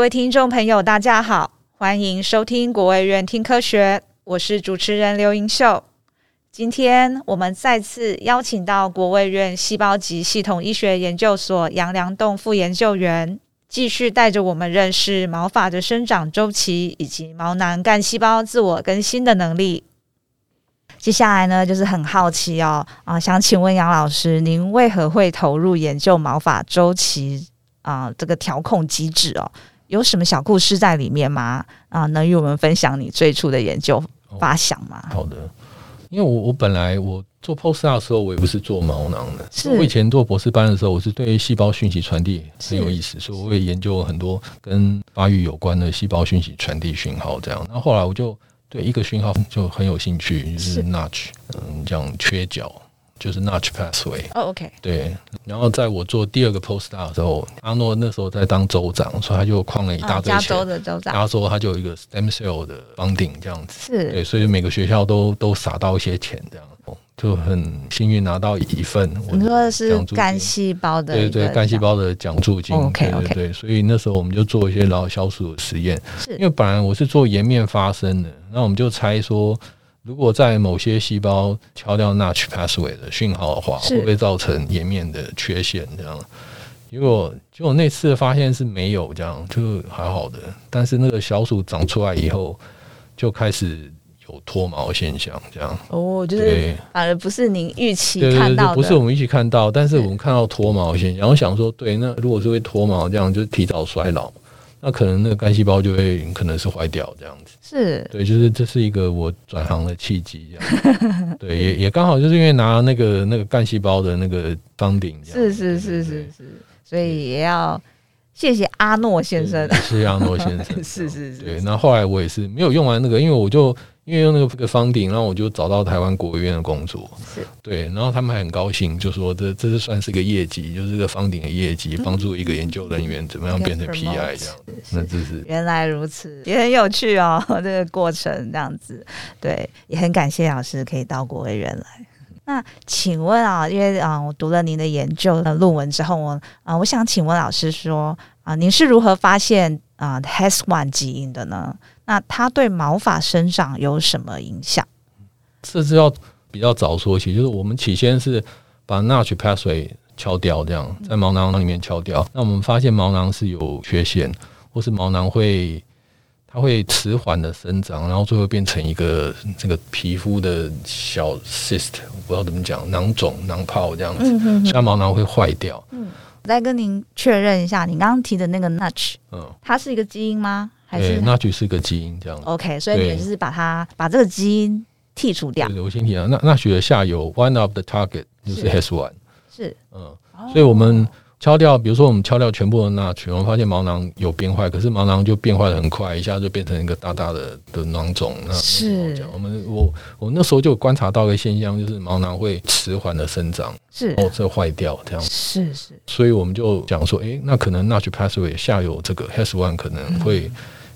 位听众朋友大家好，欢迎收听国卫院听科学，我是主持人刘盈秀。今天我们再次邀请到国卫院细胞及系统医学研究所杨良栋副研究员，继续带着我们认识毛发的生长周期以及毛囊干细胞自我更新的能力。接下来呢，就是很好奇想请问杨老师，您为何会投入研究毛发周期这个调控机制有什么小故事在里面吗？能与我们分享你最初的研究发想吗？ 好的，因为我本来我做 postdoc 的时候，我也不是做毛囊的。我以前做博士班的时候，我是对细胞讯息传递很有意思，所以我会研究很多跟发育有关的细胞讯息传递讯号这样。然后后来我就对一个讯号就很有兴趣，就是 notch， 讲缺角，就是 notch pathway。 OK。 对，然后在我做第二个 postdoc 的时候，阿诺那时候在当州长，所以他就框了一大堆钱。 加州的州长， 加州他就有一个 stem cell 的 funding 这样子。 是。 对，所以每个学校都撒到一些钱这样。就很幸运拿到一份。 你说的是干细胞的？ 对对，干细胞的奖助金。 OK， 对对对，所以那时候我们就做一些老小鼠的实验。因为本来我是做颜面发生的，那我们就猜说，如果在某些细胞敲掉 Notch pathway 的讯号的话，会不会造成颜面的缺陷？这样。结果那次发现是没有，这样就还好的。但是那个小鼠长出来以后，就开始有脱毛现象，这样就是反而不是您预期看到的， 对，不是我们预期看到，但是我们看到脱毛现象，然后想说，对，那如果是会脱毛，这样就是提早衰老，那可能那个干细胞就会可能是坏掉，这样子。是，对，就是这是一个我转行的契机，这样。对，也刚好就是因为拿那个干细胞的那个funding， 是，所以也要谢谢阿诺先生， 谢谢阿诺先生， 是。 对，那后来我也是没有用完那个，因为用那个funding，然后我就找到台湾国卫院的工作，对，然后他们还很高兴，就说这是算是个业绩，就是这个funding的业绩，帮助一个研究人员怎么样变成 PI 这样。那这是原来如此，也很有趣这个过程这样子。对，也很感谢老师可以到国卫院来。那请问因为我读了您的研究的论文之后，我想请问老师说您是如何发现HES1 基因的呢？那它对毛发生长有什么影响？ 这是要比较早说起，就是我们起先是把 Notch pathway 敲掉，这样在毛囊里面敲掉。那我们发现毛囊是有缺陷，或是毛囊它会迟缓的生长，然后最后变成一个这个皮肤的小 cyst， 我不知道怎么讲，囊肿、囊泡这样子，所以毛囊会坏掉。 再跟您确认一下，你刚刚提的那个 Notch，它是一个基因吗？还是 Notch 是个基因这样子。 OK， 所以你就是把这个基因剔除掉。 对，我先提到Notch的下游 one of the target 就是 HES1， 是所以我们敲掉，比如说我们敲掉全部的 Notch， 我们发现毛囊有变坏，可是毛囊就变坏的很快，一下就变成一个大大的囊肿。是，我那时候就观察到一个现象，就是毛囊会迟缓的生长，然后这坏掉这样。 是， 所以我们就讲说，那可能 Notch pathway 下游这个 HES1 可能会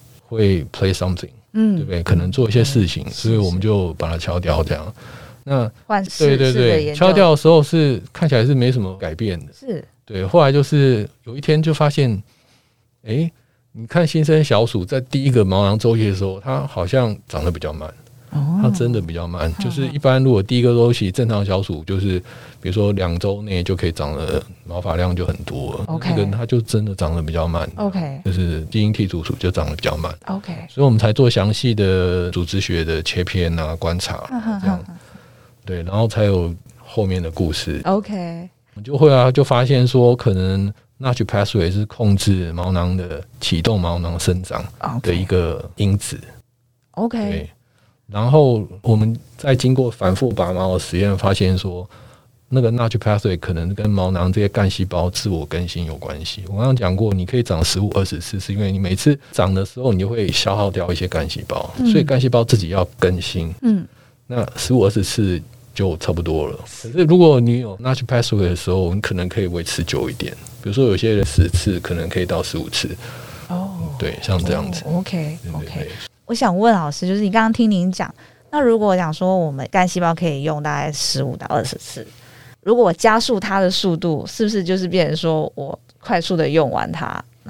play something， 对不对？可能做一些事情，所以我们就把它敲掉这样。那对，敲掉的时候是看起来是没什么改变的，是。对，后来就是有一天就发现，你看新生小鼠在第一个毛囊周期的时候，它好像长得比较慢，它真的比较慢。就是一般如果第一个周期正常小鼠，就是比如说2周内就可以长的毛发量就很多了，这个它就真的长得比较慢。就是基因剔除鼠就长得比较慢。所以我们才做详细的组织学的切片观察这样。对，然后才有后面的故事。我们就会就发现说，可能 Notch pathway 是控制毛囊的启动毛囊生长的一个因子。对，然后我们再经过反复拔毛的实验，发现说，那个 Notch pathway 可能跟毛囊这些干细胞自我更新有关系。我刚刚讲过，你可以长15-20次，是因为你每次长的时候，你就会消耗掉一些干细胞，所以干细胞自己要更新。那15-20次就差不多了。可是如果你有 Notch pathway 的时候，你可能可以维持久一点，比如说有些人10次可能可以到15次。对，像这样子。 OK， 我想问老师，就是你刚刚听您讲，那如果讲说我们干细胞可以用大概15-20次，如果我加速它的速度，是不是就是变成说我快速的用完它，那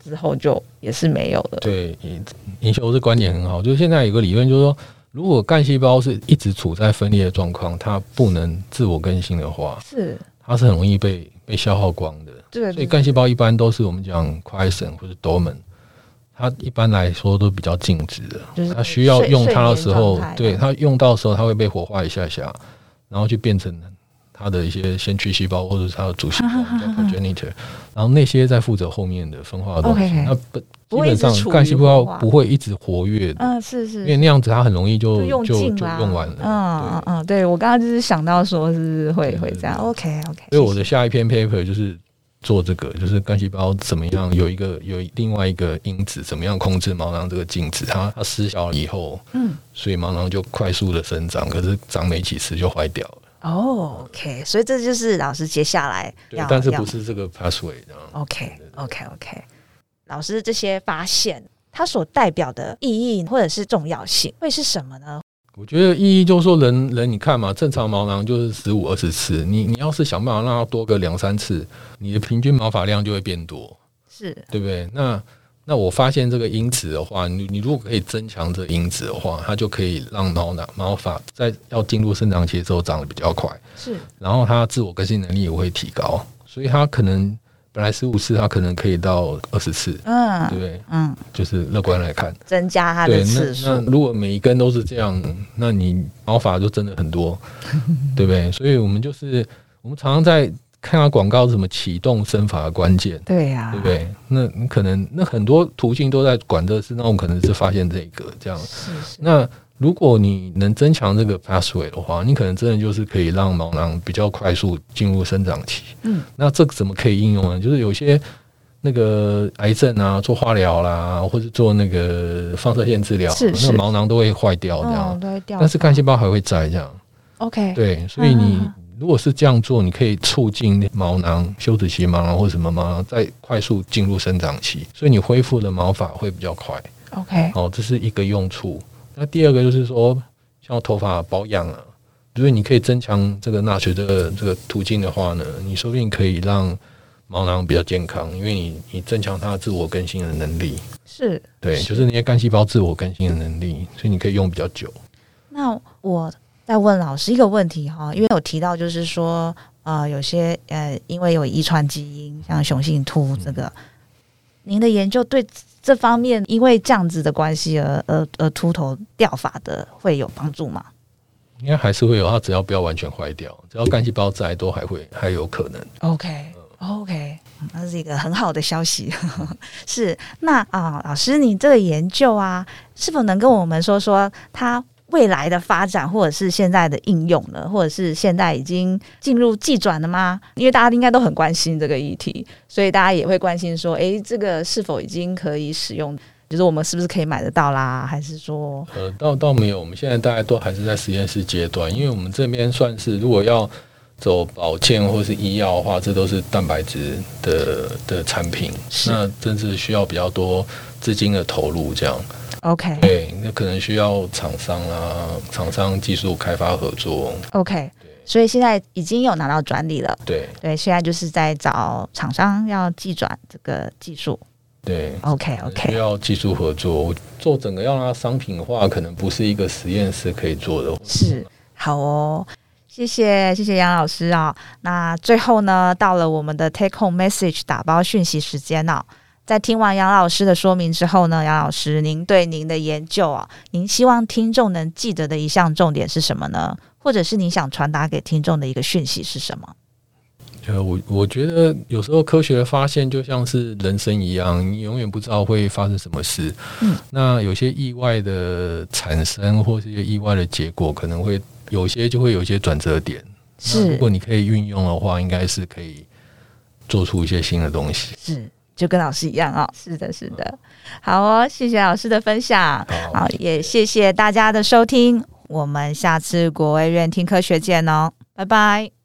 之后就也是没有了。 对，营修这观点很好，就是现在有个理论，就是说，如果干细胞是一直处在分裂的状况，它不能自我更新的话，它是很容易被消耗光的。 对， 所以干细胞一般都是我们讲 quiescent 或者 dormant， 它一般来说都比较静止的，就是它需要用它的时候，对，它用到的时候，它会被活化一下下，然后就变成它的一些先驱细胞或者是它的主细胞叫 progenitor， 然后那些在负责后面的分化的东西。那基本上干细胞不会一直活跃的， 是， 因为那样子它很容易就用完了。 对，我刚刚就是想到说是会这样。OK， 所以我的下一篇 paper 就是做这个，就是干细胞怎么样有另外一个因子怎么样控制毛囊这个静止，它失效了以后，所以毛囊就快速的生长，可是长没几次就坏掉了。 OK， 所以这就是老师接下来要， 但是不是这个 pathway。 OK， 老师这些发现，它所代表的意义或者是重要性会是什么呢？ 我觉得意义就是说人你看嘛，正常毛囊就是15-20次，你要是想办法让它多个2-3次，你的平均毛发量就会变多， 是对不对？那我发现这个因子的话，你如果可以增强这个因子的话，它就可以让毛发在要进入生长期的时候长得比较快， 是， 然后它自我更新能力也会提高，所以它可能本来15次，它可能可以到20次，对不对？就是乐观来看， 增加它的次数。 那如果每一根都是这样，那你毛发就真的很多，对不对？所以我们常常在看到广告什么启动生发的关键， 对呀， 对不对？那你可能很多途径都在管这事，那我们可能是发现这个这样。那如果你能增强这个 pathway 的话，你可能真的就是可以让毛囊比较快速进入生长期。那这个怎么可以应用呢？就是有些那个癌症啊，做化疗啦，或者做那个放射线治疗，那个毛囊都会坏掉这样，但是干细胞还会在这样。 OK， 对，所以你如果是这样做，你可以促进毛囊休止期毛囊或者什么毛囊再快速进入生长期，所以你恢复的毛发会比较快。 OK， 这是一个用处。那第二个就是说，像头发保养啊，所以你可以增强这个纳水这个途径的话呢，你说不定可以让毛囊比较健康，因为你增强它自我更新的能力。 是， 对，就是那些干细胞自我更新的能力，所以你可以用比较久。 那我再问老师一个问题哈，因为有提到就是说，有些因为有遗传基因，像雄性秃这个，您的研究对这方面因为这样子的关系而秃头掉发的会有帮助吗？ 应该还是会有，它只要不要完全坏掉，只要干细胞在，都还有可能。 OK， 那是一个很好的消息。是，那老师，你这个研究啊，是否能跟我们说说它未来的发展，或者是现在的应用呢？或者是现在已经进入技转了吗？因为大家应该都很关心这个议题，所以大家也会关心说，这个是否已经可以使用？就是我们是不是可以买得到啦？还是说倒没有，我们现在大概都还是在实验室阶段，因为我们这边算是如果要走保健或是医药的话，这都是蛋白质的产品，那真是需要比较多资金的投入这样。 OK， 对，那可能需要厂商技术开发合作。 OK， 所以现在已经有拿到专利了。 对， 现在就是在找厂商要技转这个技术。 对 ，OK， 需要技术合作，做整个要让它商品化，可能不是一个实验室可以做的。 是，好哦。谢谢杨老师啊。那最后呢，到了我们的 take home message 打包讯息时间啊。在听完杨老师的说明之后呢，杨老师，您对您的研究啊，您希望听众能记得的一项重点是什么呢？或者是您想传达给听众的一个讯息是什么？ 我觉得有时候科学的发现就像是人生一样，你永远不知道会发生什么事。那有些意外的产生或是一些意外的结果，可能会有些就会有一些转折点。是，如果你可以运用的话，应该是可以做出一些新的东西。 是，就跟老师一样啊。是的，是的。好哦，谢谢老师的分享。好，也谢谢大家的收听。我们下次国卫院听科学见哦，拜拜。